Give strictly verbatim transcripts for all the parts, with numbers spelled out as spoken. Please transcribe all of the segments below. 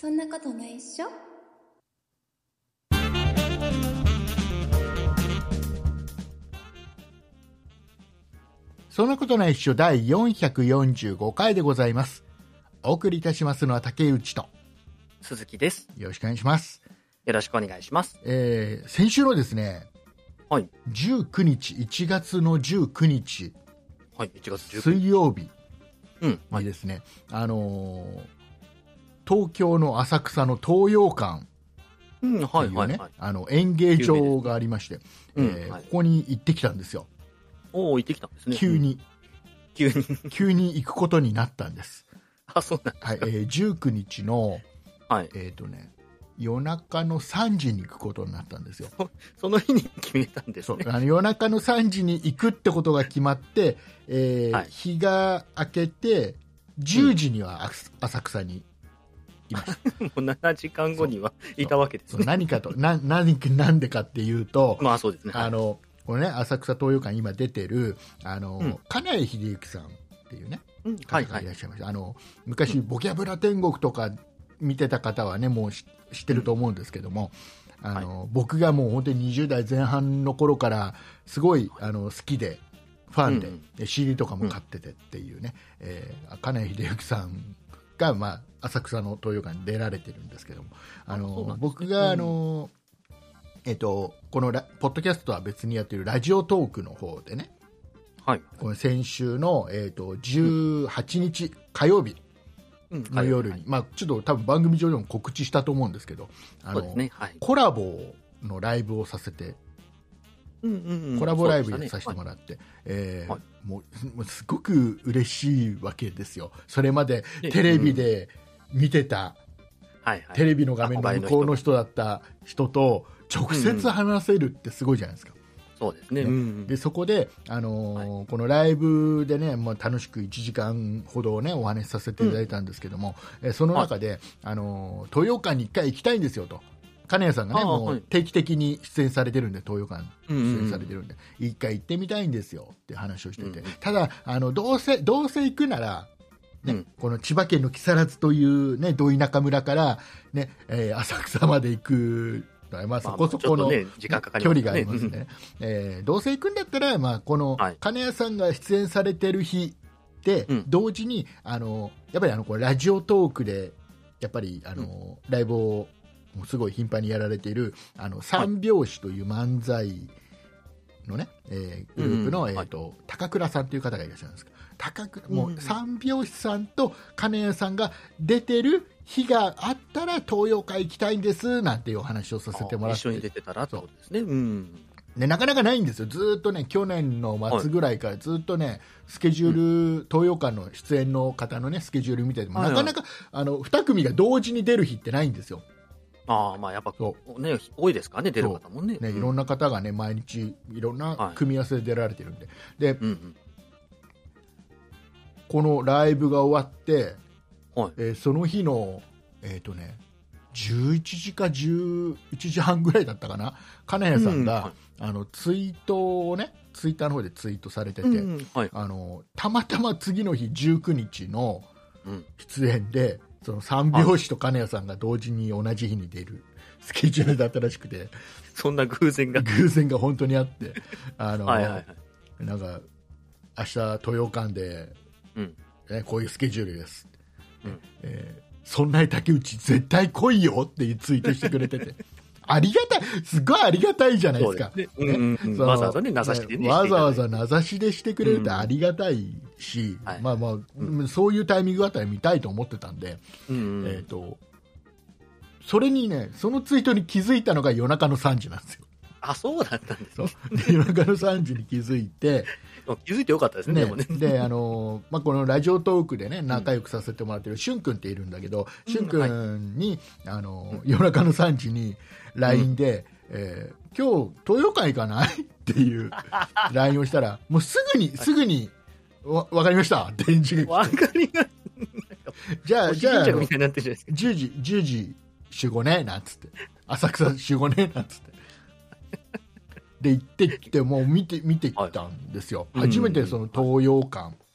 そんなことないっしょ。 そんなことないっしょだいよんひゃくよんじゅうごかいでございます。お送りいたしますのは竹内と鈴木です。 よろしくお願いします。 よろしくお願いします。 えー、先週のですね、 はい、 じゅうくにち、いちがつのじゅうくにち、 はい、いちがつじゅうくにち水曜日にですね、うんはい、あのー、東京の浅草の東洋館っていうね、 うんはいはいはい、 あの演芸場がありまして、えーうんはい、 ここに行ってきたんですよ。 おお、行ってきたんですね。 急に、うん、 急に急に行くことになったんです。 あ、そうなんですか。 はい、えー、じゅうくにちの、 はい、 えっとね、夜中のさんじに行くことになったんですよ。 そ, その日に決めたんですね。 そう、あの夜中のさんじに行くってことが決まって、えーはい、日が明けてじゅうじには浅草にいました。 もうななじかんごにはいたわけですね。 何かとな何なんでかっていうと、 まあそうですね。 あのこれね、浅草東洋館今出てるあの、うん、金井秀幸さんっていうね、うん、方がいらっしゃいました。はいはい、あの昔、うん、ボキャブラ天国とか見てた方はねもう知ってると思うんですけども、うん、あのはい、僕がもう本当ににじゅうだいぜん半の頃からすごいあの好きでファンで、うん、シーディー とかも買っててっていうね、うんえー、金井秀幸さんが、まあ、浅草の東洋館に出られてるんですけども、あの、ね、僕があの、うんえー、とこのラポッドキャストとは別にやっているラジオトークの方でね、 はい、 この先週の、えー、とじゅうはちにち、うん、火曜日の夜に、うんはいまあ、ちょっと多分番組上でも告知したと思うんですけど、あの、ねはい、コラボのライブをさせて、 うんうんうん、 コラボライブさせてもらって、ねえーはい、もうすごく嬉しいわけですよ。それまでテレビで見てた、うんはいはい、テレビの画面の向こうの人だった人と直接話せるってすごいじゃないですか。 そうですね、うんうん、 でそこで、あのーはい、このライブでね、もう楽しくいちじかんほど、ね、お話しさせていただいたんですけども、うん、えその中で、はいあのー、東洋館にいっかい行きたいんですよと、金谷さんがねもう定期的に出演されてるんで、東洋館出演されてるんで、いっかい行ってみたいんですよって話をしてて、うん、ただあのどうせどうせ行くならねうん、この千葉県の木更津という、ね、ど田舎村から、ねえー、浅草まで行く、まあ、そこそこの、ね、距離がありますね、えー、どうせ行くんだったら、まあ、この金谷さんが出演されてる日で、はい、同時にあのやっぱりあのこれラジオトークでやっぱりあの、うん、ライブをすごい頻繁にやられているあの三拍子という漫才のね、えー、グループの、うんえーとはい、高倉さんという方がいらっしゃるんですけど、高倉もう三拍子さんと金谷さんが出てる日があったら東洋館行きたいんですなんていうお話をさせてもらって、 一緒に出てたらってことですね。うんでなかなかないんですよ。ずっとね去年の末ぐらいからずっとね、はい、スケジュール、うん、東洋館の出演の方のねスケジュール見てても、はいはい、なかなかあのに組が同時に出る日ってないんですよ。 あまあやっぱそうね多いですからね出る方も ね, ね、いろんな方がね毎日いろんな組み合わせで出られてるんで、はい、で、うんうん、このライブが終わって、はいえー、その日のえっ、ー、とねじゅういちじかじゅういちじはんぐらいだったかな、金谷さんが、うんはい、あのツイートをねツイッターの方でツイートされてて、うんはい、あのたまたま次の日じゅうくにちの出演で、うんその三拍子と金谷さんが同時に同じ日に出るスケジュールだったらしくてそんな偶然が偶然が本当にあってあの、はいはいはい、なんか明日東洋館で、うんね、こういうスケジュールです、うんえー、そんな竹内絶対来いよっていうツイートしてくれててありがたい、すごいありがたいじゃないですか。 ねうんうんうん、わざわざね名指しでねわざわざ名指しでしてくれるってありがたいし、うんまあまあ、うん、そういうタイミングがあったら見たいと思ってたんで、うんうん、えーと、それにねそのツイートに気づいたのが夜中のさんじなんですよ。 あ、そうだったんですね。 で夜中のさんじに気づいて気づいてよかったです ね, ね, でもねであの、まあ、このラジオトークでね仲良くさせてもらってるしゅんくんっているんだけど、うん、しゅんくんに、はい、あの夜中のさんじに ライン で、うんえー、今日東洋館行かないっていう ライン をしたらもうすぐにすぐにわ分かりましたって返事が来て、 分かりまじゃあじゃあじゅうじじ集合ねなんつって浅草集合ねなんつってで行ってきてもう見て見てきたんですよ、はい、初めてその東洋館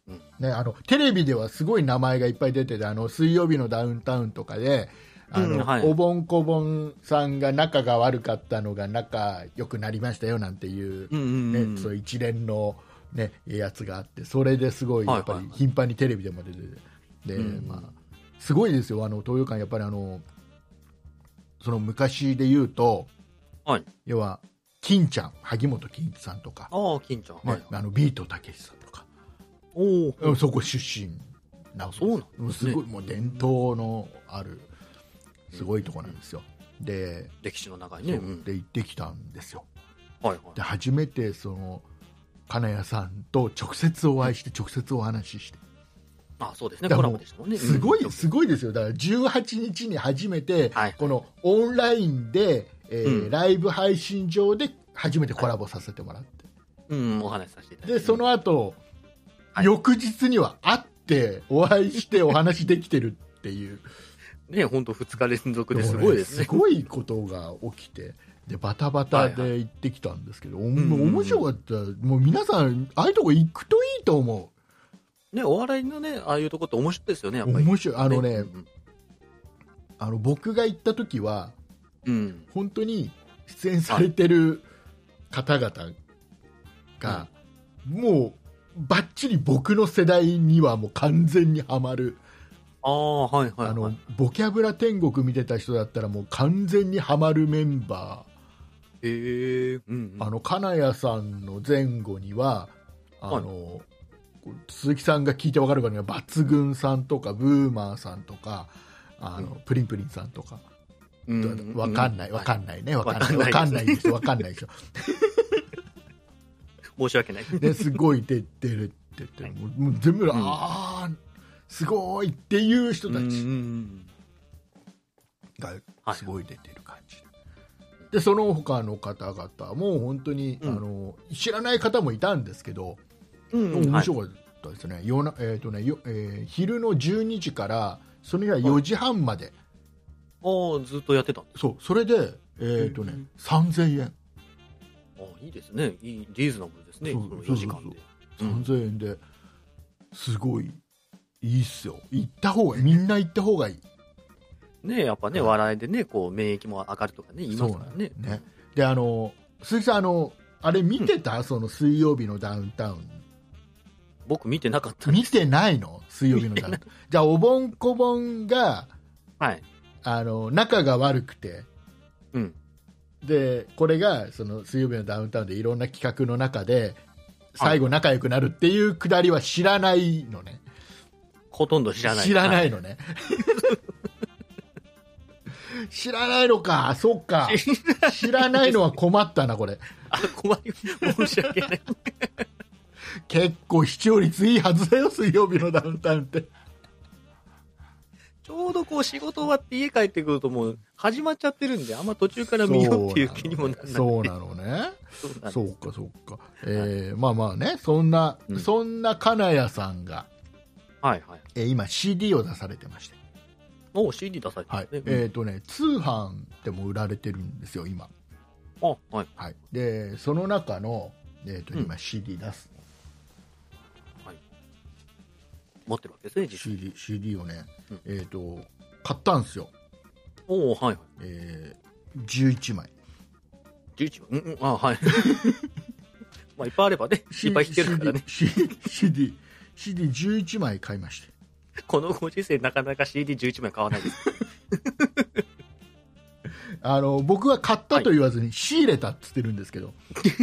うんね、あのテレビではすごい名前がいっぱい出てて、あの水曜日のダウンタウンとかで、あの、 うんはい、 おぼんこぼんさんが仲が悪かったのが仲良くなりましたよなんていう、 うんうんね、 うん、 そういう一連の、ね、やつがあって、それですごいやっぱり頻繁にテレビでも出てて、で、 うんまあ、すごいですよ、あの東洋館、やっぱりあのその昔で言うと、 はい、 要は金ちゃん、萩本欽一さんとか、 ああ金ちゃん、 ね、 はい、 あのビートたけしさんとか、 おお、 そこ出身なんです。 そうなんですね。 すごいもう伝統のあるすごいところなんですよ。で、 歴史の長いね。うん、 で行ってきたんですよ。 はいはい、 で初めてその金谷さんと直接お会いして直接お話しして、 あそうですね、コラボでしたもんね。 すごい、 うん、 すごいですよ。だからじゅうはちにちに初めて、 はい、 このオンラインで、えーうん、ライブ配信上で初めてコラボさせてもらって、 はい、うん、お話しさせていただいて、 でその後、はい、翌日には会ってお会いしてお話できてるっていうね、本当ふつか連続ですごいですね。 すごいことが起きて、でバタバタで行ってきたんですけど、はいはい、面白かった。もう皆さんああいうとこ行くといいと思う。ね、お笑いのね、ああいうとこって面白いですよね、やっぱり。 面白い。あのね、 ね、うん、 あの僕が行った時は、 うん、 本当に出演されてる方々が、うん、もうバッチリ僕の世代にはもう完全にはまる。 ああ、はいはいはい、 あのボキャブラ天国見てた人だったらもう完全にはまるメンバー、えーうんうん、 あの金谷さんの前後にはあの、はい、鈴木さんが聞いて分かるかには抜群さんとかブーマーさんとかあの、うん、プリンプリンさんとか、うん、分かんない分かんないね、分かんない分かんないです分かんないでしょ申し訳ないですごい出てるって言って、はい、もう全部、うん、ああすごいっていう人たちがすごい出てる感じ、はい、でその他の方々も本当に、うん、あの知らない方もいたんですけど、うん、面白かったですね、はい、夜なえーとねよえー、昼のじゅうにじからその日はよじはんまで、 はい、あずっとやってたんです。 そうそれで、えーとね、さんぜんえん、 あいいですね、いいリーズナブルですね、そのよじかんでさんぜんえんですごいいいっすよ。行った方がいい。みんな行った方がいい。 ねやっぱね、笑いでね、こう、免疫も上がるとかね、言いますからね。 ね。で、あの、鈴木さん、あの、あれ見てた、うん、その水曜日のダウンタウン。 僕見てなかったんです。 見てないの水曜日のダウンタウン。じゃあ、おぼんこぼんが、 はい。 あの、仲が悪くて、 うん。 で、これが、その水曜日のダウンタウンでいろんな企画の中で、最後仲良くなるっていうくだりは知らないのね。 ほとんど知らない。 知らないのね。知らないのか、そっか。知らないのは困ったな、これ。 あ、困り、申し訳ない。 結構視聴率いいはずだよ、水曜日のダウンタウンって。 ちょうどこう仕事終わって家帰ってくるともう始まっちゃってるんで、あんま途中から見ようっていう気にもならない。 そうなのね。そうか、そうか。えー、まあまあね、そんな、うん、そんな金谷さんが、 はいはい。 えー、今 シーディー を出されてまして。 お シーディー 出されてますね。 はい。えっ、ー、とね、通販でも売られてるんですよ、今。 あ、はい。 はい。で、その中の、えっ、ー、と、今 シーディー 出す、 うん。はい。持ってるわけですね、実際。 シーディー、シーディー をね、うん、えっ、ー、と、買ったんですよ。 おお、はいはい。 えー、じゅういちまい。 じゅういちまい、うんうん、あ、はい。まあ、いっぱいあればね、いっぱい弾けるからね。 シーディー、シーディー、シーディーじゅういちまい買いまして。 このご時世なかなか シーディーじゅういちまい買わないです。 あの僕は買ったと言わずに仕入れたって言ってるんですけど、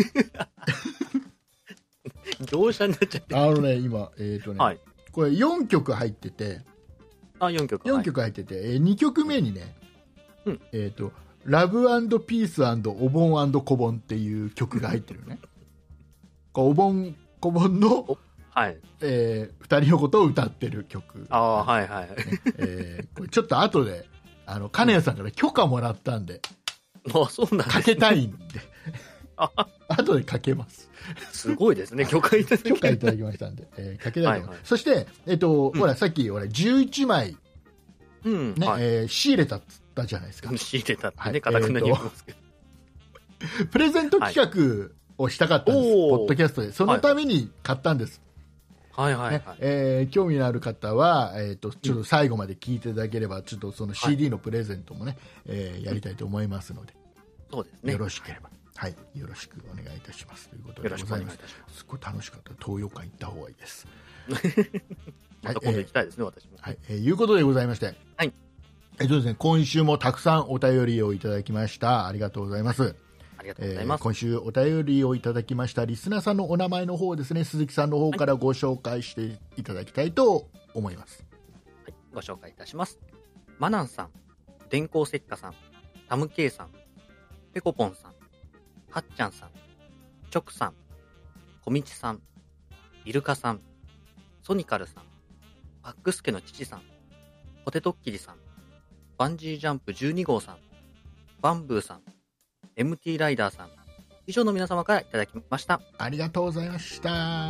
業者になっちゃってあのね今えっ、ー、とね、はい、これよんきょく入ってて、 あよんきょくよんきょく入ってて、はい、えー、にきょくめにね、 うん、 えっ、ー、とラブ&ピース&おぼん&こぼんっていう曲が入ってるね。おぼんこぼんのはい、 えー、ふたりのことを歌ってる曲。 ああ、はいはい。 えー、これちょっと後で、あの、金谷さんから許可もらったんで、 あ、そうなんですね。 かけたいんで、後でかけます。 すごいですね、許可いただき許可いただきましたんで、えー、かけたいと思います。はいはい、そして、えっ、ー、と、うん、ほら、さっき、俺、じゅういちまい、 うんね、 はい、 えー、仕入れたっつったじゃないですか。 仕入れたってね、かたくなに言いますけど、 えー。プレゼント企画をしたかったんです、はい、ポッドキャストで。そのために買ったんです。 はいはいはい。 ねえー興味のある方は、えー、とちょっと最後まで聞いていただければ、ちょっとその シーディー のプレゼントもね、えーやりたいと思いますので、 そうですね。 よろしければ、はい、よろしくお願いいたしますということでよろしくおございます。 願いいたします。 すごい楽しかった。東洋館行った方がいいです。 また今度行きたいですね、私も。 はい、えーいうことでございまして、 はいえっとですね、今週もたくさんお便りをいただきました。ありがとうございます。 ありがとうございます。 えー今週お便りをいただきましたリスナーさんのお名前の方をですね、鈴木さんの方からご紹介していただきたいと思います。 はい、ご紹介いたします。マナンさん、電光石火さん、タムケイさん、ペコポンさん、はっちゃんさん、チョクさん、コミチさん、イルカさん、ソニカルさん、パックスケの父さん、ポテトッキリさん、バンジージャンプじゅうに号さん、バンブーさん、エムティー ライダーさん、以上の皆様からいただきました。 ありがとうございました。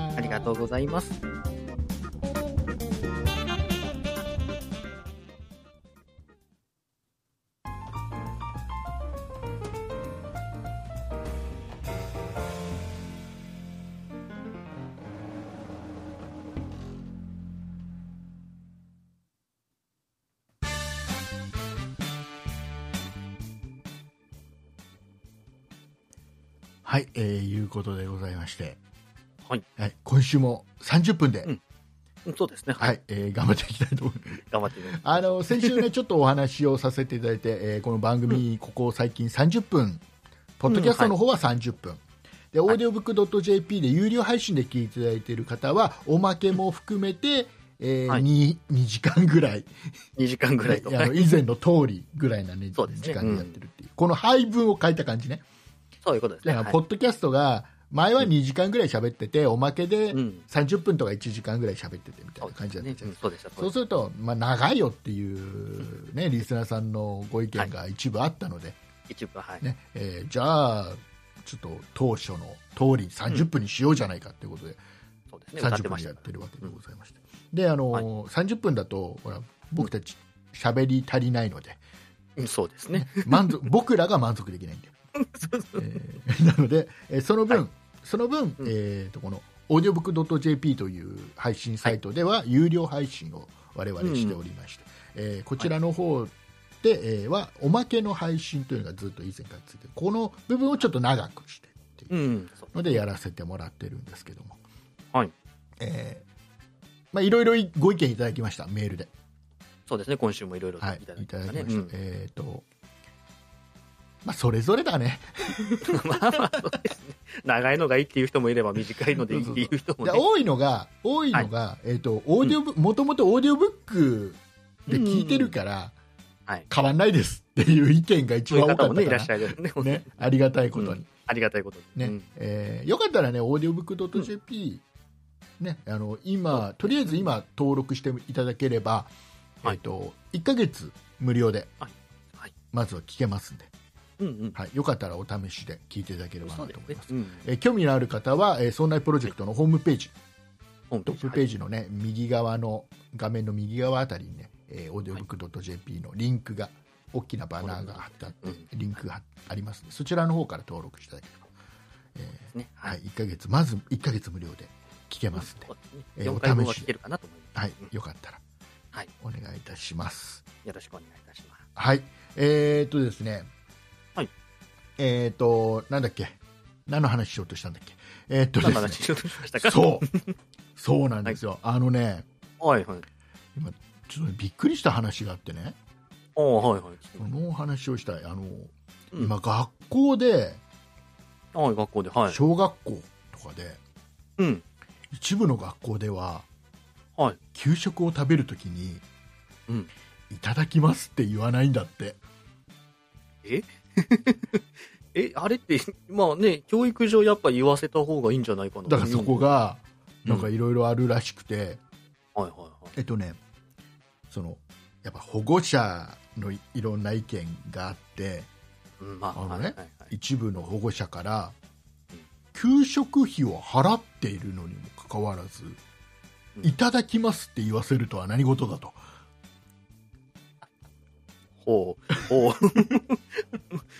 ありがとうございます。 はい、えー、いうことでございまして、 はいはい、今週もさんじゅっぷんで、 うんそうですね。 はい、はい、えー、頑張っていきたいと思います。 頑張ってね。 あの先週ねちょっとお話をさせていただいて、えー、この番組、ここ最近さんじゅっぷん、ポッドキャストの方はさんじゅっぷん、で、オーディオブックドットジェーピー で有料配信で聞いていただいている方はおまけも含めて、えーはい、 に, にじかんぐらいにじかんぐらいと、 あの以前の通りぐらいな、ね、 そうですね時間でやってるっていう、この配分を変えた感じね。 そういうことですね。 だからポッドキャストが前はにじかんぐらい喋ってて、おまけでうんさんじゅっぷんとかいちじかんぐらい喋っててみたいな感じだったじゃないですか。 そうでしたね。 そうすると、まあ、長いよっていう、ね、リスナーさんのご意見が一部あったので、 一部は、はい。 ねえーじゃあちょっと当初の通りさんじゅっぷんにしようじゃないかということで、 そうですね。 さんじゅっぷん歌ってましたでやってるわけでございまして、であのーさんじゅっぷんだとほら僕たち喋り足りないので、 うんそうですね。 満足僕らが満足できないんで、えーなので、えーその分、 はいその分、 うんえーとこのオーディオブックドットジェーピー という配信サイトでは有料配信を我々しておりまして、えーこちらの方で、えーはおまけの配信というのがずっと以前からついて、この部分をちょっと長くしてっていううん。そうのでやらせてもらってるんですけども、 はい。 えーまあ、いろいろご意見いただきました、メールで。 そうですね。今週もいろいろいたはい、 だいただききましたね。 ました。えっ、と、まあ、それぞれだね。 まあまあ、そうですね。長いのがいいっていう人もいれば、短いのでいいっていう人もね。 で多いのが、多いのが、えっ、と、オーディオブ、もともとオーディオブックで聞いてるから、 はい。 変わんないですっていう意見が一そういう方もね、 番多かったかいらっしゃら、 るね。 ね、ありがたいことに。 うんありがたいことに。 ねうんえーよかったらね、オーディオブックドットジェーピー、ね、あの今、とりあえず今、登録していただければ、 はいえー、といっかげつ無料で、 はいはいまずは聞けますんで、 うんうん。 はい、よかったらお試しで聞いていただければなと思います。 うん。 えー興味のある方は、えー、ソンナイプロジェクトのホームページ、 ホームトップページの、ね右側の画面の右側あたりにね、えー、オーディオブックドットジェーピー のリンクが、大きなバナーが貼ってあって、 うんリンクがありますので、そちらの方から登録していただければ、えーね。 はい、いっかげつ、まずいっかげつ無料で聞けますんで、 そうですねえーよんかいぶんお試しは聞けるかなと思います。 はいうん、 よかったらはい。 お願いいたします。 よろしくお願いいたします。 はい、えー、っとですね、 はいえー、っと、なんだっけ、何の話しようとしたんだっけ、えー、っと何のですね、 話しようとしましたか。 そう、そうなんですよ、あのね、 はいはい。 今、ちょっとびっくりした話があってね、 ああ、はいはい。 そのお話をしたい、あの、 うん今、学校で、 はい、学校で、はい。 小学校とかで、 うん。 一部の学校では、 はい。 給食を食べるときに、 うん。 いただきますって言わないんだって。 ええ、あれって、まあね、教育上やっぱ言わせた方がいいんじゃないかな。 だからそこが、 うんなんかいろいろあるらしくて、 はいはいはい。 えっとね、その、やっぱ保護者のいいろんな意見があって、 うん、まあ、 あのねはいはいはい。 一部の保護者からうん、 給食費を払っているのにもかかわらず、 うんいただきますって言わせるとは何事だと。 ほう、ほう。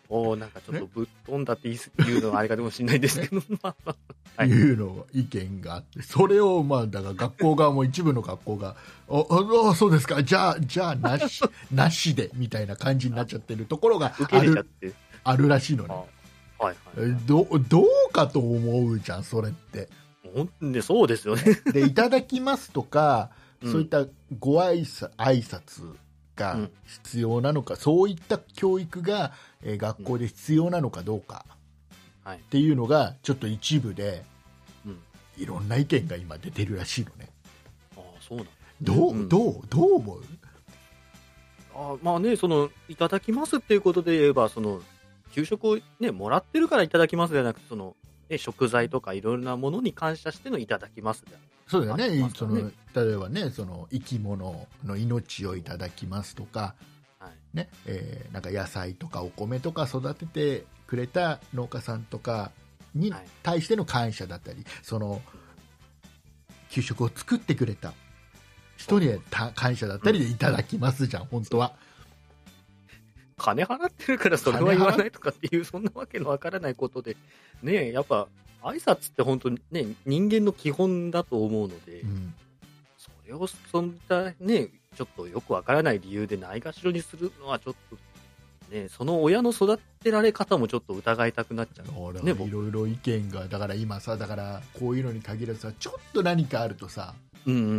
おなんかちょっとぶっ飛んだって言うのはあれかもしれないですけど、まあまあ、はい、 いうの意見があって、それをまあだから学校側も一部の学校がおおそうですか、じゃあじゃあなしなしでみたいな感じになっちゃってるところがあるあるらしいのね。 はいはい、 どどうかと思うじゃんそれって。 本当にそうですよね。 でいただきますとか、うん、そういったご挨拶挨拶が必要なのか、うん、そういった教育が、えー、学校で必要なのかどうか、うん、っていうのがちょっと一部で、うん、いろんな意見が今出てるらしいのね。 あそうなん、 どう、うん、どうどう思う？ あまあね、そのいただきますっていうことで言えば、その給食をねもらってるからいただきますじゃなくて、そのね、食材とかいろんなものに感謝してのいただきますじゃん。 そうだよね。その例えばね、その生き物の命をいただきますとか、はいねえー、なんか野菜とかお米とか育ててくれた農家さんとかに対しての感謝だったり、はい、その給食を作ってくれた人に感謝だったりでいただきますじゃん、うん、本当は。 金払ってるからそれは言わないとかっていう、そんなわけのわからないことでね、やっぱ挨拶って本当にね人間の基本だと思うので、うん、それをそんなねちょっとよくわからない理由でないがしろにするのはちょっとね、その親の育てられ方もちょっと疑いたくなっちゃうね。 いろいろ意見がだから今さ、だからこういうのに限らずさ、ちょっと何かあるとさ、うんうんうん、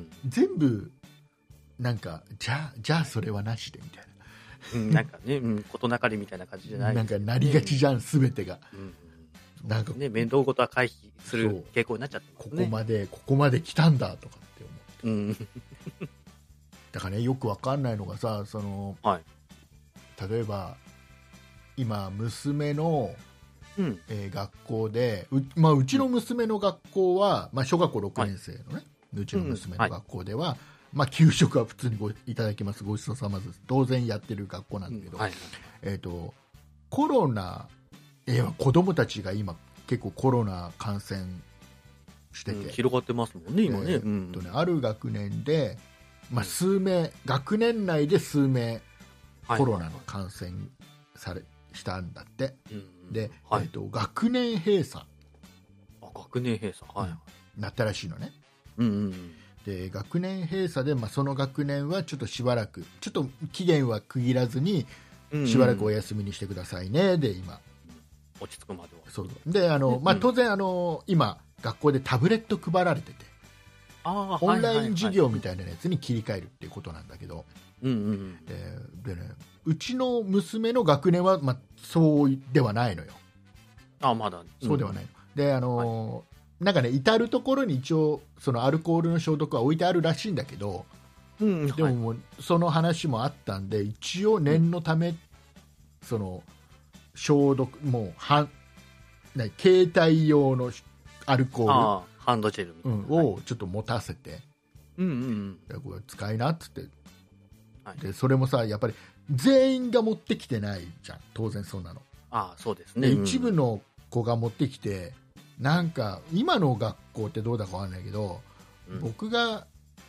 全部なんかじゃあじゃあそれはなしでみたいな。 うん、なんかね、うん、事なかれみたいな感じじゃない、ね、 なんかなりがちじゃん、すべてが、うんうん、なんかね、面倒事は回避する傾向になっちゃってますね。 ここまでここまで来たんだとかって思って、うん、だからね、よくわかんないのがさ、その、はい、例えば今娘の、うんえー、学校で う,、まあ、うちの娘の学校は、まあ、小学校ろくねん生のね、はい、うちの娘の学校では、うんはいまあ、給食は普通にごいただきます、ごちそうさまです、当然やってる学校なんだけど、うんはいえー、とコロナ、えー、子供たちが今結構コロナ感染してて、うん、 広がってますもんね今ね、えーとね、ある学年で、まあ、数名、うん、学年内で数名コロナの感染され、したんだって、うん、で、はいえー、と学年閉鎖あ学年閉鎖、はい、 なったらしいのね。 うんうんうんで学年閉鎖で、まあ、その学年はちょっとしばらくちょっと期限は区切らずにしばらくお休みにしてくださいね、うんうん、で今落ち着くまではそうであの、まあ、当然あの今学校でタブレット配られてて、 あオンライン授業みたいなやつに切り替えるっていうことなんだけど、 うんうんうん、 で, で、ね、うちの娘の学年は、まあ、そうではないのよ。 あまだ、うん、 そうではないのであの、はいなんかね、至る所に一応そのアルコールの消毒は置いてあるらしいんだけど、うん、でももうその話もあったんで一応念のため、うん、その消毒もうはな携帯用のアルコールハンドジェルみたいな、 うん、をちょっと持たせて、 うんうんうん、これ使いなっつって、はい、でそれもさやっぱり全員が持ってきてないじゃん当然そうなの。 あそうですね、 で一部の子が持ってきてなんか今の学校ってどうだかわかんないけど、うん、僕が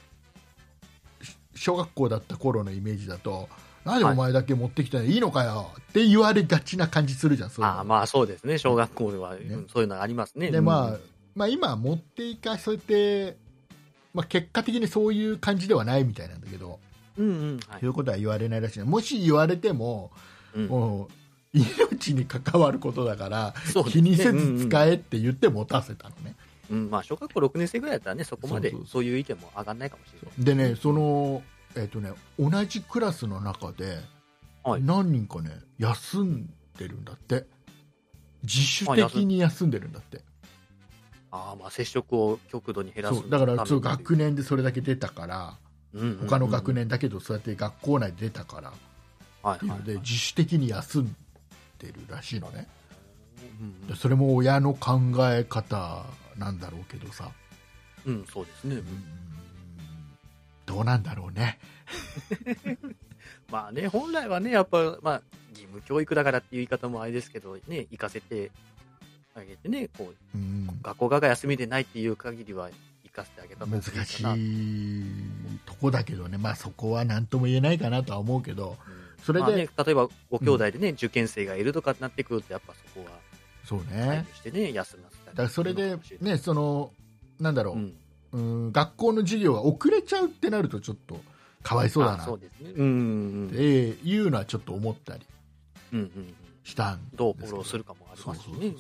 小学校だった頃のイメージだとなんでお前だけ持ってきたらいいのかよって言われがちな感じするじゃん。そういうのあまあそうですね小学校では、ねうん、そういうのありますね。 で、まあ、まあ今持っていかせて、まあ、結果的にそういう感じではないみたいなんだけど、 うんうんはい、 そういうことは言われないらしい。もし言われても、うん、もう命に関わることだから、ね、気にせず使えって言って持たせたのね、 うんうんまあ、小学校ろくねん生ぐらいだったらねそこまでそういう意見も上がんないかもしれないでね、その、えーとね、同じクラスの中で何人かね、はい、休んでるんだって。自主的に休んでるんだって。 ああまあ接触を極度に減らすそうだからそう学年でそれだけ出たから、うんうんうんうん、他の学年だけどそうやって学校内で出たから、はいはいはい、っていうので自主的に休んでるらしいのね、うんうん、それも親の考え方なんだろうけどさ、 うんそうですね、うん、 どうなんだろうねまあね本来はねやっぱ、まあ、義務教育だからっていう言い方もあれですけどね行かせてあげてねこう、うん、学校側が休みでないっていう限りは行かせてあげた難しいとこだけどね、まあそこは何とも言えないかなとは思うけど、うん、 それで、 まあね、例えばご兄弟でね、うん、受験生がいるとかってなってくると、やっぱそこは、 そうね。 してね、休ませたり。 だからそれで、ね、その、なんだろう、うん、うん学校の授業が遅れちゃうってなると、ちょっとかわいそうだな、 そうですね。うん。 っていうのはちょっと思ったりしたんですけど、 どうフォローするかもありますしね。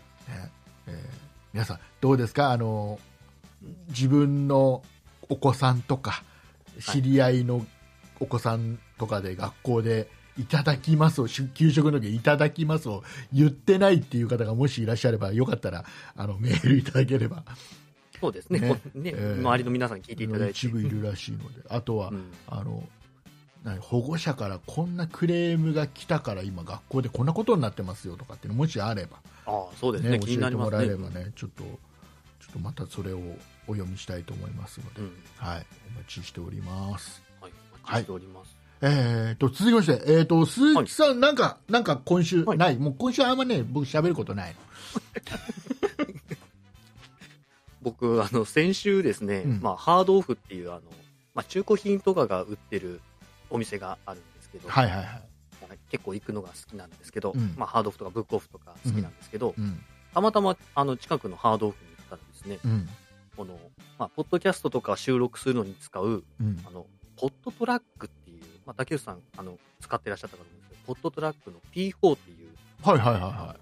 皆さん、どうですか、あの、自分のお子さんとか、知り合いのお子さんとかで学校で、いただきますを給食の時いただきますを言ってないっていう方がもしいらっしゃればよかったらあのメールいただければ。 そうですね、ねねえー、周りの皆さんに聞いていただいて一部いるらしいので、あとは、うん、あの保護者からこんなクレームが来たから今学校でこんなことになってますよとかっていうのもしあれば、 あそうですね、 ね、教えてもらえればね、ちょっとちょっとまたそれをお読みしたいと思いますので、うん、はい、お待ちしております。 はい、お待ちしております。はい、 えー、と続きまして、えー、と鈴木さん、はい、なんかなんか今週、はい、ないもう今週あんまね僕喋ることないの僕あの先週ですね、うんまあ、ハードオフっていうあの、まあ、中古品とかが売ってるお店があるんですけど、 はいはいはい、 結構行くのが好きなんですけど、 うんまあ、ハードオフとかブックオフとか好きなんですけど、 うんうん、 たまたまあの近くのハードオフに行ったらですね、 うん、 このまあ、ポッドキャストとか収録するのに使う、 うん、 あのポッドトラックっていう、まあ、竹内さんあの使ってらっしゃったかと思うんですけど、ポッドトラックの ピーフォー っていう、 はいはいはいはい、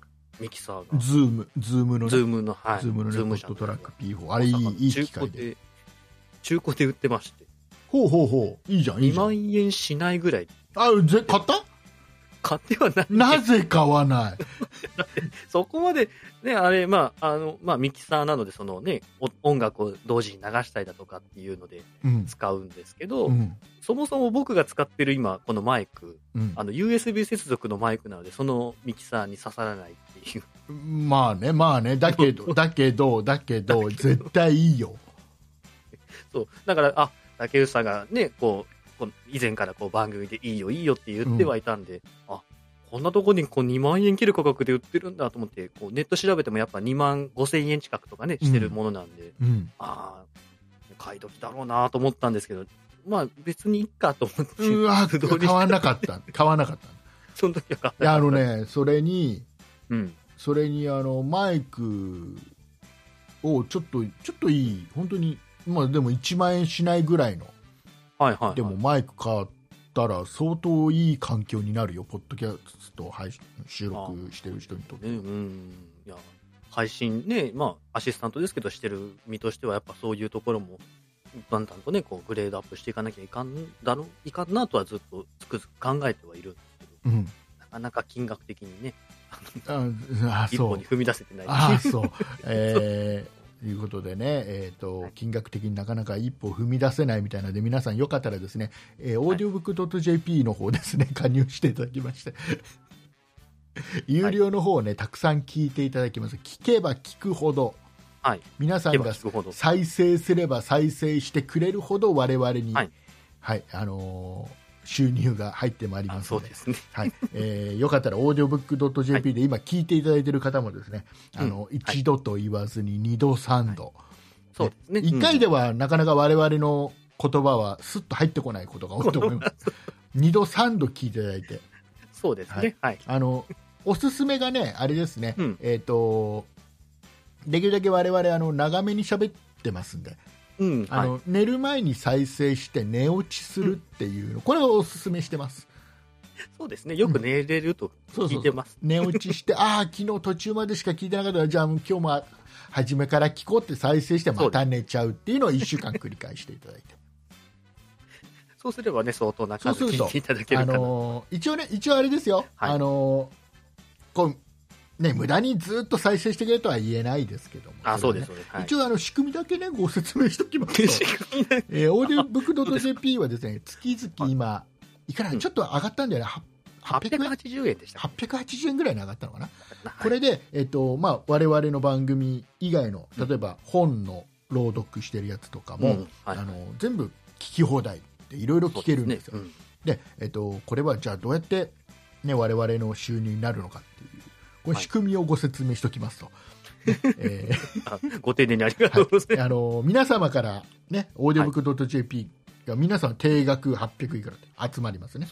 ミキサーがズームズームの、ね、 ズームの、はい、 ズームの、ね、ポッドトラック ピーフォー、あれいいいい機械で中古で売ってまして、 ほうほうほう、いいじゃんいいじゃん、 にまんえんしないぐらい。 あぜ買った買ってはない。 なぜ買わないそこまで、ね、あれ、まあ、あの、まあ、ミキサーなので、そのね、音楽を同時に流したりだとかっていうので使うんですけど、 うん、 そもそも僕が使ってる今、このマイク、 うん、 あの、ユーエスビー 接続のマイクなので、そのミキサーに刺さらないっていう。 まあね、まあね、だけど、だけど、だけど、絶対いいよ。 そう。だから、あ、竹内さんがね、こう、以前からこう番組でいいよいいよって言ってはいたんで、うん、あこんなとこにこうにまんえん切る価格で売ってるんだと思って、こうネット調べてもやっぱにまんごせんえん近くとかねしてるものなんで、 うん、 ああ買い時だろうなと思ったんですけど、まあ別にいいかと思って、 うわ買わなかった買わなかったその時は買わなかった。 いやあのねそれに、 うん、 それにあのマイクをちょっとちょっといい本当にまあでもいちまんえんしないぐらいの、 はいはいはい、 でもマイク買ったら相当いい環境になるよ、ポッドキャストを配信収録してる人にとって、 ね、うんいや配信ね、まあアシスタントですけどしてる身としてはやっぱそういうところもだんだんとねこうグレードアップしていかなきゃいかんだろいかんなとはずっとつくづく考えてはいるんですけど、 うん、 なかなか金額的にねああ一歩に踏み出せてない。 あそう、えーということでね、えーと、金額的になかなか一歩踏み出せないみたいなので、皆さんよかったらですね、えー、オーディオブックドットジェーピー の方ですね、加入していただきまして、有料の方をね、たくさん聞いていただきます。聞けば聞くほど、 はい、 皆さんが再生すれば再生してくれるほど我々に、はいはい、あのー収入が入ってまいりますので、 そうですね、 はいえー、よかったらオーディオブックドットジェーピー で今聞いていただいている方もですね、はい、あの一度と言わずに二度三度、はい、 そうですね、 いっかいではなかなか我々の言葉はスッと入ってこないことが多いと思います二度三度聞いていただいて、 そうですね、はい、 あのおすすめがねあれですね、 うん、 えーとできるだけ我々あの長めに喋ってますんで、 うんあのはい、寝る前に再生して寝落ちするっていうの、うん、これをおすすめしてます。 そうですね、よく寝れると聞いてます。 そうそうそう寝落ちしてああ昨日途中までしか聞いてなかったらじゃあ今日も初めから聞こうって再生してまた寝ちゃうっていうのをいっしゅうかん繰り返していただいてそうすればね相当な数聞いていただけるかな。 あのー、一応ね一応あれですよ、はい、あのー、こうね、無駄にずっと再生してくれとは言えないですけども、 あ、そうです、そうです、はい、 一応あの仕組みだけねご説明しておきますとえー、オーディオブックドットジェーピー はですね月々今いくらちょっと上がったんだよね、 はっぴゃくはちじゅうえんでした、ね、 はっぴゃくはちじゅうえんぐらいに上がったのかな、 はい、 これで、えーとまあ、我々の番組以外の例えば本の朗読してるやつとかも、うんはい、あの全部聞き放題でいろいろ聞けるんですよ。で、ねうんでえーと、これはじゃあどうやって、ね、我々の収入になるのかっていうこれ仕組みをご説明しておきますと、はいえー、ご丁寧にありがとうございます、 はい、あの皆様から、ね、オーディオブックドットジェーピー が皆さん定額はっぴゃくいくらって集まりますね。 そうです、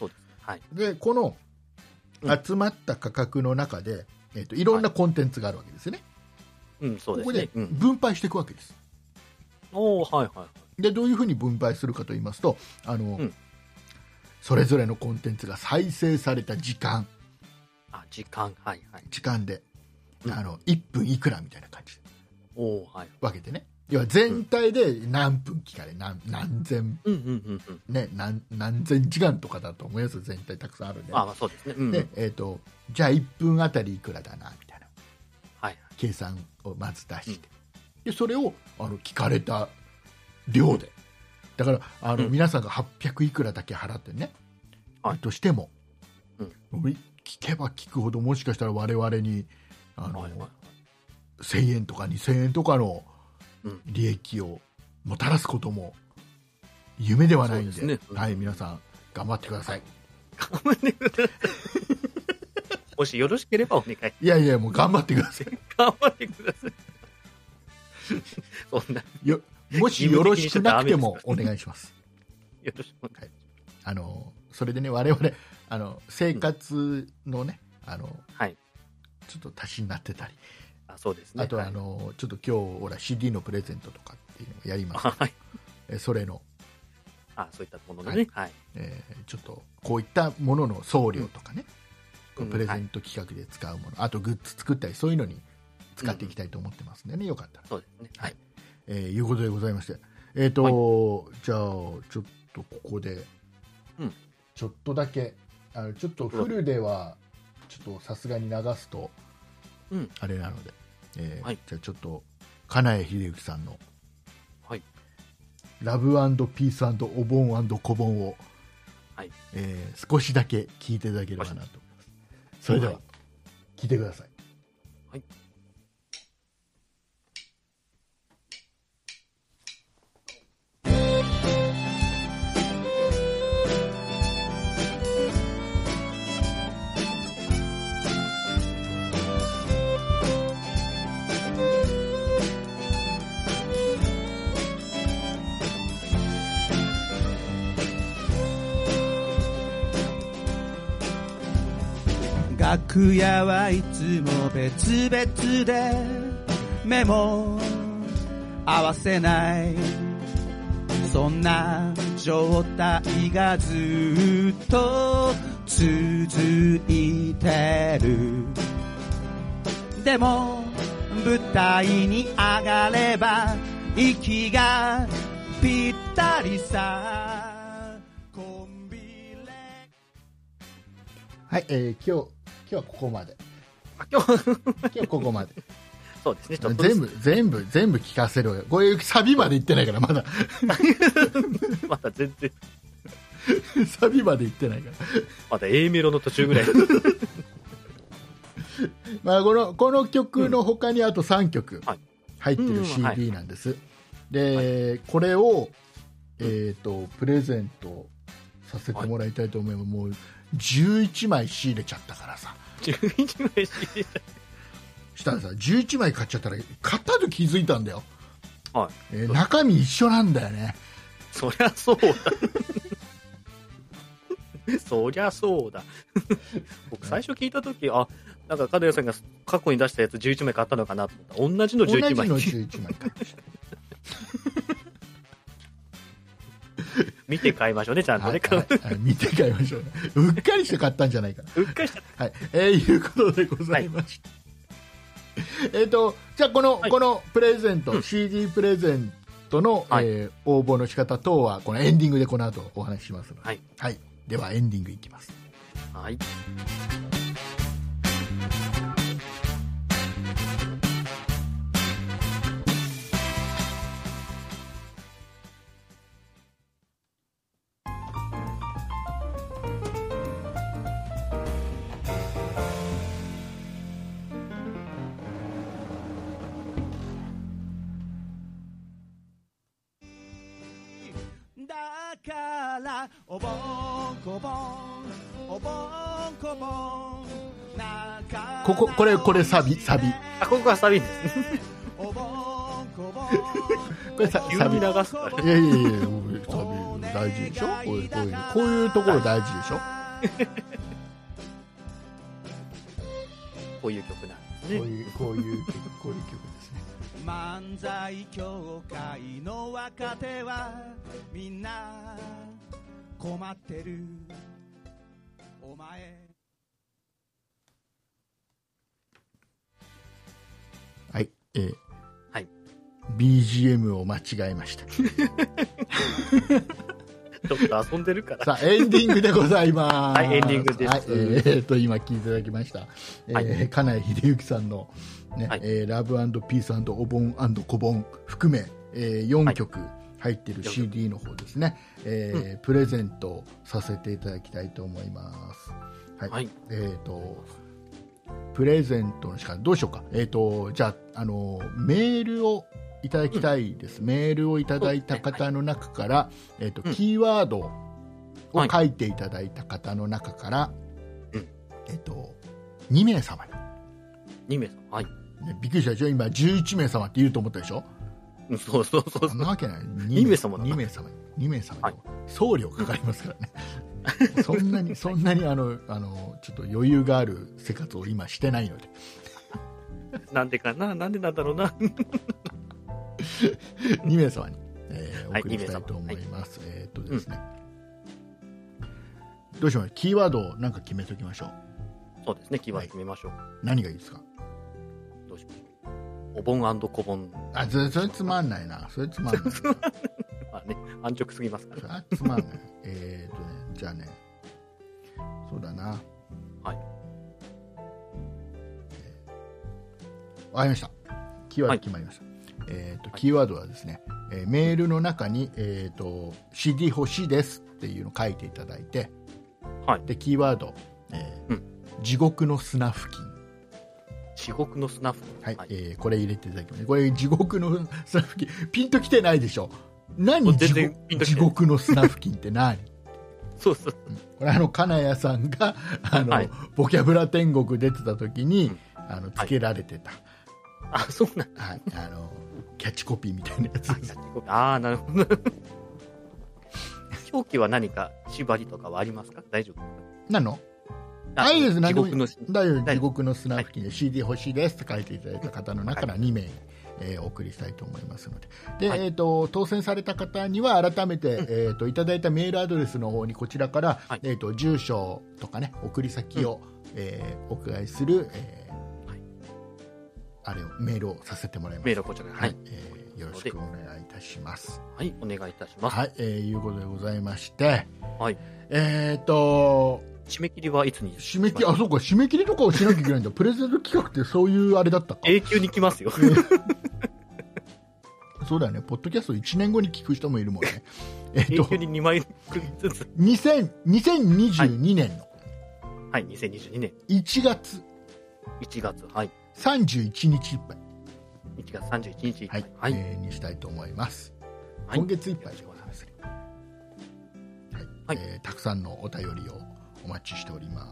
はい。 でこの集まった価格の中で、えー、といろんなコンテンツがあるわけですね。 うん、そうですここでね。うん。 分配していくわけです。 おー、はいはいはい。 でどういうふうに分配するかと言いますと、あの、 うんそれぞれのコンテンツが再生された時間あ、時間、はいはい。 時間で、 うんあのいっぷんいくらみたいな感じでおー、はい。 分けてね、要は全体で何分聞かれ、何何千、 うんうんうんうん。 ね、何何千時間とかだと思います。全体たくさんあるんで、 あ、まあそうですね。うん、うん。 でえー、とじゃあいっぷんあたりいくらだなみたいなはいはい。 計算をまず出して、でそれをあの聞かれた量で、だからあの、 うん皆さんがはっぴゃくいくらだけ払ってね、 はいとしても、 うん聞けば聞くほどもしかしたら我々にあの、 はいはいはい。 せんえんとかにせんえんとかのうん利益をもたらすことも夢ではないんで、 そうですね。うんはい、皆さん頑張ってください。 頑張ってください。もしよろしければお願い。 いやいや、もう頑張ってください。 頑張ってください。そんな、 よもしよろしくなくてもお願いします。 よろしくお願いしあのそれでね、我々あの生活のね、あのます。はい。 ちょっと足しになってたり、 あ、そうですね。 あとははいあのちょっと今日ほら シーディー のプレゼントとかっていうのをやります。 はい。 えそれの、 あ、そういったもののね。はい。 えーちょっとこういったものの送料とかね、 うんこうプレゼント企画で使うもの、あとグッズ作ったりそういうのに使っていきたいと思ってますんでね、よかったら、 そうですね。はい。 えーいうことでございまして、えーとじゃあちょっとここで、 うんちょっとだけあのちょっとフルではちょっとさすがに流すとうん。 あれなので、えーはいじゃあちょっと金谷秀幸さんのはい。 ラブピースお盆小盆を、 はい。 えー少しだけ聞いていただければなと思います。それでは、 はい聞いてください。 はい。 楽屋はいつも別々で目も合わせないそんな状態がずっと続いてるでも舞台に上がれば息がぴったりさコンビレはい、えー今日今日はここまで。 あ、今日、 今日はここまで。 そうですね。ちょっとずつ全部全部全部聞かせろよ。こういうサビまで言ってないからまだまだ全然、 サビまで言ってないから。 まだ A メロの途中ぐらい。 まあこのこの曲の他にあとさんきょくはい入ってるうんうんシーディー なんです。で、これをえっ、とプレゼントさせてもらいたいと思います。もうじゅういちまい仕入れちゃったからさ。 じゅういちまい仕入れた。 したらさじゅういちまい買っちゃったら買ったと気づいたんだよ。 はい。 えー中身一緒なんだよね。 そりゃそうだ。そりゃそうだ。僕最初聞いたとき、あ、なんか金谷さんが過去に出したやつじゅういちまい買ったのかなと思った。同じのじゅういちまい。 同じのじゅういちまい買いました。 見て買いましょうね、ちゃんとね。 はいはいはい、見て買いましょう、ね、うっかりして買ったんじゃないかな。 うっかりしちゃっはい、えー、いうことでございました。えっと、じゃあこの、 はいこのプレゼント、 うんシーディー プレゼントの、 はいえー応募の仕方等はこのエンディングでこの後お話ししますので、 はいはい、ではエンディングいきます。 た。はい。 だからおぼんこぼんおぼんこぼんこここれこれサビサビあ、ここはサビですね。 おぼんこぼんこれさ急サビに流すから。 いやいやいやサビ大事でしょ。こういうこういうこういうところ大事でしょ。 こういう曲なんですね。 こういうこういうこういう曲ですね。 漫才協会の若手はみんな困ってるお前。 はい、えーはい、 ビージーエム を間違えました。 ちょっと遊んでるから。 さあ、エンディングでございます。 はい、エンディングです。 はい、えー、と、今聞いていただきました。えー、はい、金井秀幸さんの、ね、はい、えー、ラブ&ピース&お盆&小盆含め、えー、よんきょく入っている シーディー の方ですね、えーうん、プレゼントさせていただきたいと思います。はい。はい、えーと、プレゼントの仕方、どうしようか。えーと、じゃあ、あの、メールをいただきたいです、うん、メールをいただいた方の中から、はい、えーとうん、キーワードを書いていただいた方の中から、うん、えーと、にめいさまに。 にめいさま、はい。 ね、びっくりしたでしょ。今じゅういちめいさまって言うと思ったでしょ。 そうそうそう。 そんなわけない。 にめいさまだ。 にめいさまに。にめいさまに。送料かかりますからね。そんなに、そんなにあの、あの、ちょっと余裕がある生活を今してないので。 なんでかな、なんでなんだろうな。 にめいさまに、えー、お送りしたいと思います。はい、えー、っとですね、うん、どうしよう。キーワードをなんか決めときましょう。 そうですね、キーワード決めましょう。はい、 何がいいですか。 どうしましょう。お盆&小盆。 あ、それ、それつまんないな。それつまんない。 まあね、安直すぎますから。 それつまんない。えーっとね、じゃあね、そうだな。 はい。 わかりました。キーワード決まりました。はい、えーと、キーワードはですね、えー、メールの中に、えーと、シーディー 欲しいですっていうのを書いていただいて、はい、でキーワード、えーうん、地獄の砂付近。 地獄の砂付近、 はい、はい、えー、これ入れていただきます。これ地獄の砂付近、ピンときてないでしょ。何地獄、地獄の砂付近って何？ そうそう、 うん、これあの金谷さんがあの、はい、ボキャブラ天国出てた時に、うん、あのつけられてた、 はい、あ、そうなんだ、 はい、あのキャッチコピーみたいなやつ。 ああ、なるほど。表記は何か縛りとかはありますか？大丈夫？ 何の？あ、いいです。 地獄の地獄の砂付近で シーディー 欲しいですって書いていただいた方の中からにめい、はい、えー、お送りしたいと思いますので、で、はい、えーと、当選された方には改めて、うん、えーと、いただいたメールアドレスの方にこちらから、はい、えーと、住所とかね、送り先を、うん、えー、お伺いする、えーはい、あれをメールをさせてもらいます。 メールをこちら、はい、 えー、よろしくお願いいたします。 はい、お願いいたします。 はい、えー、いうことでございまして、 はい、 えーと締め切りはいつに？ 締め切り、あ、そうか、締め切りとかをしなきゃいけないんだ。プレゼント企画ってそういうあれだったか。 永久に来ますよ。 そうだよね。ポッドキャストいちねんごに聞く人もいるもんね。 えっと、永久ににまいずつ。 にせんにじゅうにねんの。 はい、はい、にせんにじゅうにねん。 いちがつ。 いちがつ、はい。 さんじゅういちにちいっぱい。 いちがつさんじゅういちにちいっぱい。 はい。はい、えー、にしたいと思います。はい、今月いっぱいでございます。はい。はい、えー、たくさんのお便りをお待ちしております。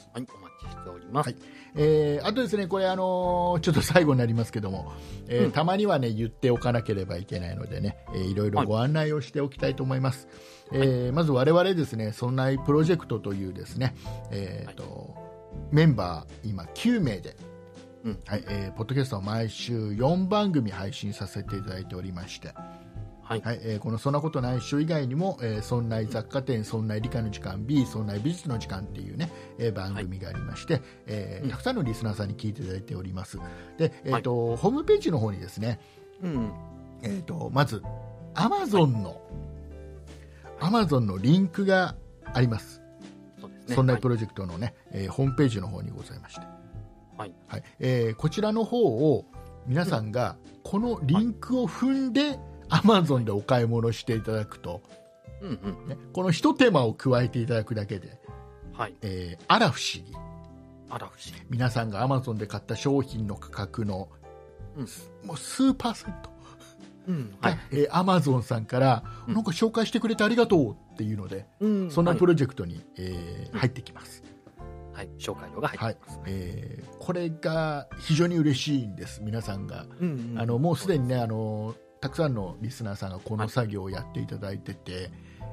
はい、お待ちしております。はい、 えー、あとですね、これあのー、ちょっと最後になりますけども、えーうん、たまにはね言っておかなければいけないのでね、えー、いろいろご案内をしておきたいと思います。はい、えー、まず我々ですね、そんないプロジェクトというですね、えーと、はい、メンバー今きゅうめいで、うん、はい、えー、ポッドキャストを毎週よんばんぐみ配信させていただいておりまして。はいはい、えー、このそんなことないっしょ以外にも、えー、そんない雑貨店、そんない理科の時間 B、そんない美術の時間っていうね、えー、番組がありまして、はい、えー、たくさんのリスナーさんに聞いていただいております。で、えーとはい、ホームページの方にですね、うん、えーと、まず Amazon の、はい、Amazon のリンクがあります。そうですね、そんないプロジェクトのね、はい、えー、ホームページの方にございまして、はいはい、えー、こちらの方を皆さんがこのリンクを踏んで、はい、アマゾンでお買い物していただくと、うんうんね、この一手間を加えていただくだけで、はい、えー、あら不思議、 あら不思議、 皆さんがアマゾンで買った商品の価格の、うん、もう数パーセント、うんはい、えー、アマゾンさんから、うん、なんか紹介してくれてありがとうっていうので、うん、そんなプロジェクトに、はい、えー、入ってきます。 はい、紹介料が入ってきます、 はい、えー、これが非常に嬉しいんです。皆さんが、うんうん、あのもうすでにね、あのたくさんのリスナーさんがこの作業をやっていただいてて、はい、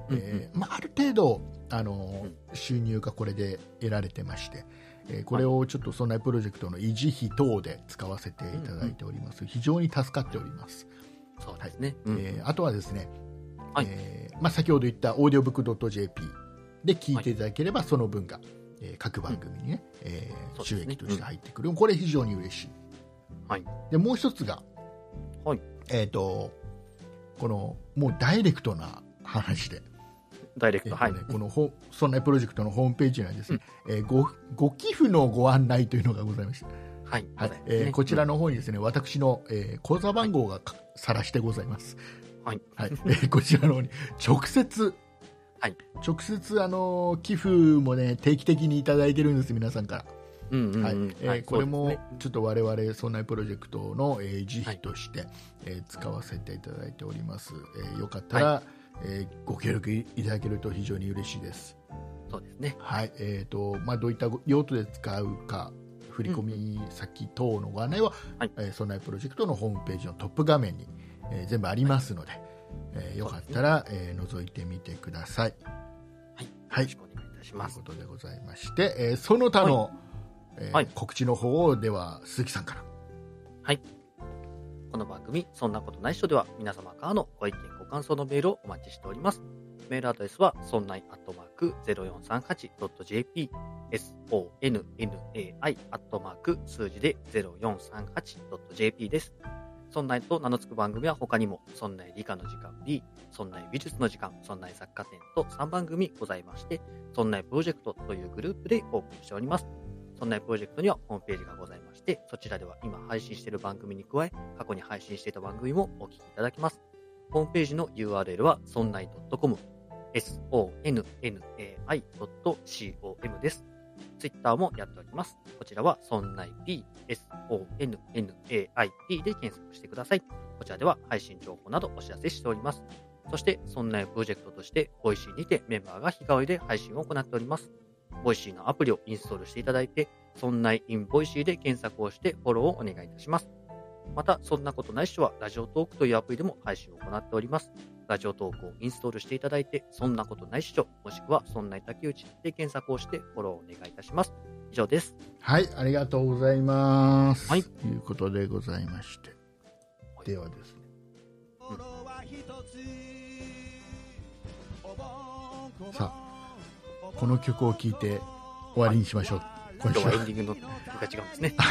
えーまあ、ある程度あの、うん、収入がこれで得られてまして、えー、これをちょっとそんなプロジェクトの維持費等で使わせていただいております、うんうん、非常に助かっております。 そうですね、 はい、えー、あとはですね、はい、えーまあ、先ほど言ったオーディオブックドットジェーピー で聞いていただければ、はい、その分が、えー、各番組にね、うん、えー、収益として入ってくる、うん、これ非常に嬉しい、はい、でもう一つが、はい、えーと、このもうダイレクトな話でダイレクト、えーとね、 はい、このほそんなプロジェクトのホームページにはですね、うん、えー、ご, ご寄付のご案内というのがございまして、 はいはい、 えー、こちらの方にですね、私の、えー、口座番号がさらしてございます、はいはい、えー、こちらの方に直接、はい、直接あの寄付もね定期的にいただいてるんです、皆さんから。これもちょっと我々そんなプロジェクトの、えー、維持費として、はい、えー、使わせていただいております、えー、よかったら、はい、えー、ご協力いただけると非常に嬉しいです。 そうですね、 はい、えーとまあ、どういった用途で使うか振込先等のご案内は、うん、えー、そんなプロジェクトのホームページのトップ画面に、えー、全部ありますので、はい、えー、よかったら、ね、えー、覗いてみてください。 はい、はい、よろしくお願いいたします。 ということでございまして、えー、その他の、はい、えーはい、告知の方をでは鈴木さんから。 はい、この番組そんなことないっしょでは皆様からのご意見ご感想のメールをお待ちしております。メールアドレスはそんないアットマーク ゼロよんさんはちドットジェーピー ソンナイ アットマーク数字で ゼロよんさんはちドットジェーピー です。そんないと名の付く番組は他にもそんない理科の時間 B、そんない美術の時間、そんない雑貨店とさんばん組ございまして、そんないプロジェクトというグループでお送りしております。そんなプロジェクトにはホームページがございまして、そちらでは今配信している番組に加え、過去に配信していた番組もお聞きいただけます。ホームページの ユーアールエル は ソンナイドットコム、ソンナイドットコム です。ツイッターもやっております。こちらはそんない P、ソンナイピー で検索してください。こちらでは配信情報などお知らせしております。そして、そんなプロジェクトとして、ボイシーにてメンバーが日替わりで配信を行っております。ボイシーのアプリをインストールしていただいて、そんないインボイシーで検索をしてフォローをお願いいたします。また、そんなことないっしょはラジオトークというアプリでも配信を行っております。ラジオトークをインストールしていただいて、そんなことないっしょ、もしくはそんない竹内で検索をしてフォローをお願いいたします。以上です。 はい、ありがとうございます。はい。ということでございまして。はい、ではですね。うん、さあ、この曲を聴いて終わりにしましょう。 今週はエンディングの曲が違うんですね。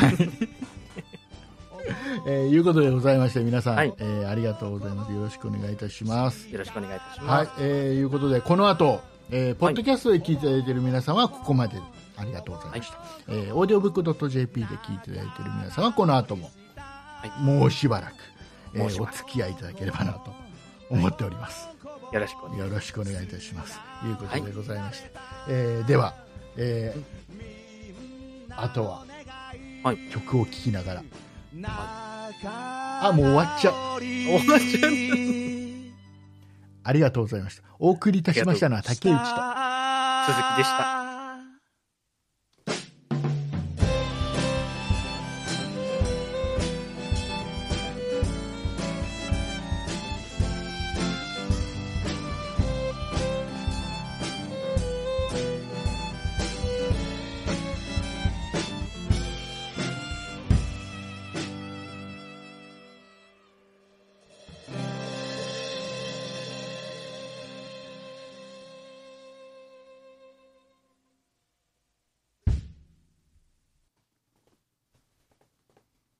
えー、いうことでございまして、皆さん、はい、えー、ありがとうございます。よろしくお願いいたします。 よろしくお願いいたします。 はい、えー、いうことで、この後、えー、ポッドキャストで聞いていただいている皆さんはここまで、ありがとうございました。はい、えー、オーディオブックドットジェーピー で聞いていただいている皆さんはこの後も、はい、もうしばらく、えー、お付き合いいただければなと思っております。 はい、よろしくお願いします。 よろしくお願いいたします。ということでございまして、はい、えー、では、えー、あとは、はい、曲を聴きながら、はい、あ、もう終わっちゃう。 終わっちゃう。 ありがとうございました。お送りいたしましたのは竹内と鈴木でした。